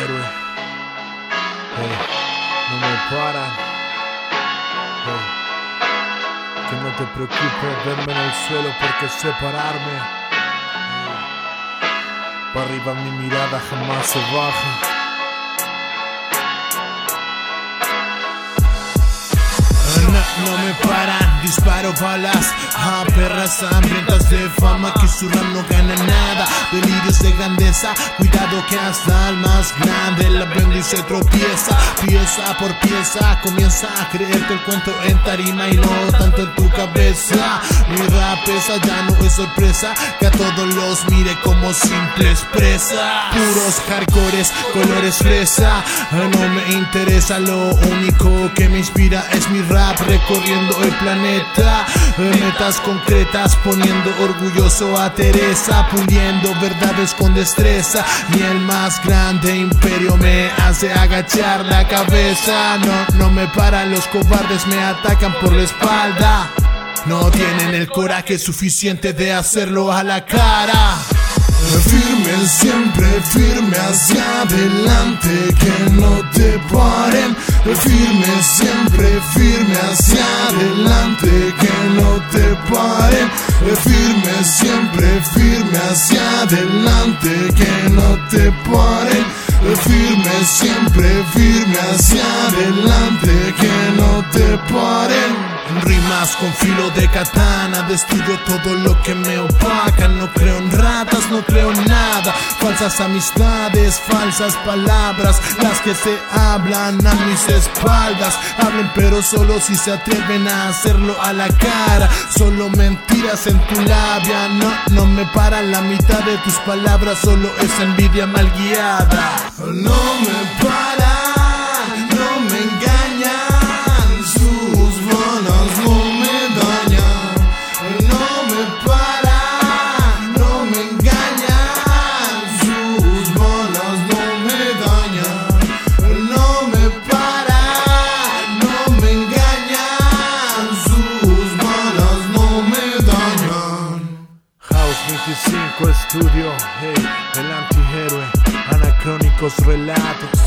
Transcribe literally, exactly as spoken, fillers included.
antihéroe. Hey, no me paran. Hey, que no te preocupes verme en el suelo porque sé pararme. Hey, para arriba mi mirada jamás se baja. No, no me paran, disparo balas a perras hambrientas de fama que su rap no gana nada. Delirios de grandeza, cuidado que hasta el más grande la vende y se tropieza. Pieza por pieza comienza a creerte el cuento en tarima y no tanto en tu cabeza. Mi rap pesa, ya no es sorpresa que a todos los mire como simples presas. Puros hardcores, colores fresa, no me interesa, lo único que me inspira es mi rap recorriendo el planeta. Metas concretas poniendo orgulloso a Teresa, puliendo verdades con destreza. Y el más grande imperio me hace agachar la cabeza. No, no me paran, los cobardes me atacan por la espalda. No tienen el coraje suficiente de hacerlo a la cara. Firme, siempre firme hacia adelante, que no te paren. Firme, siempre firme hacia adelante, que no te paren. Firme, siempre firme hacia adelante, que no te paren. Firme, siempre firme hacia adelante, que no te paren. Rimas con filo de katana, destruyo todo lo que me opaca. No creo en ratas, no creo en nada. Falsas amistades, falsas palabras, las que se hablan a mis espaldas. Hablen pero solo si se atreven a hacerlo a la cara. Solo mentiras en tu labia. No, no me paran la mitad de tus palabras, solo es envidia mal guiada. No me paran, no me engañan. veinticinco Estudio, hey, el antihéroe, anacrónicos relatos.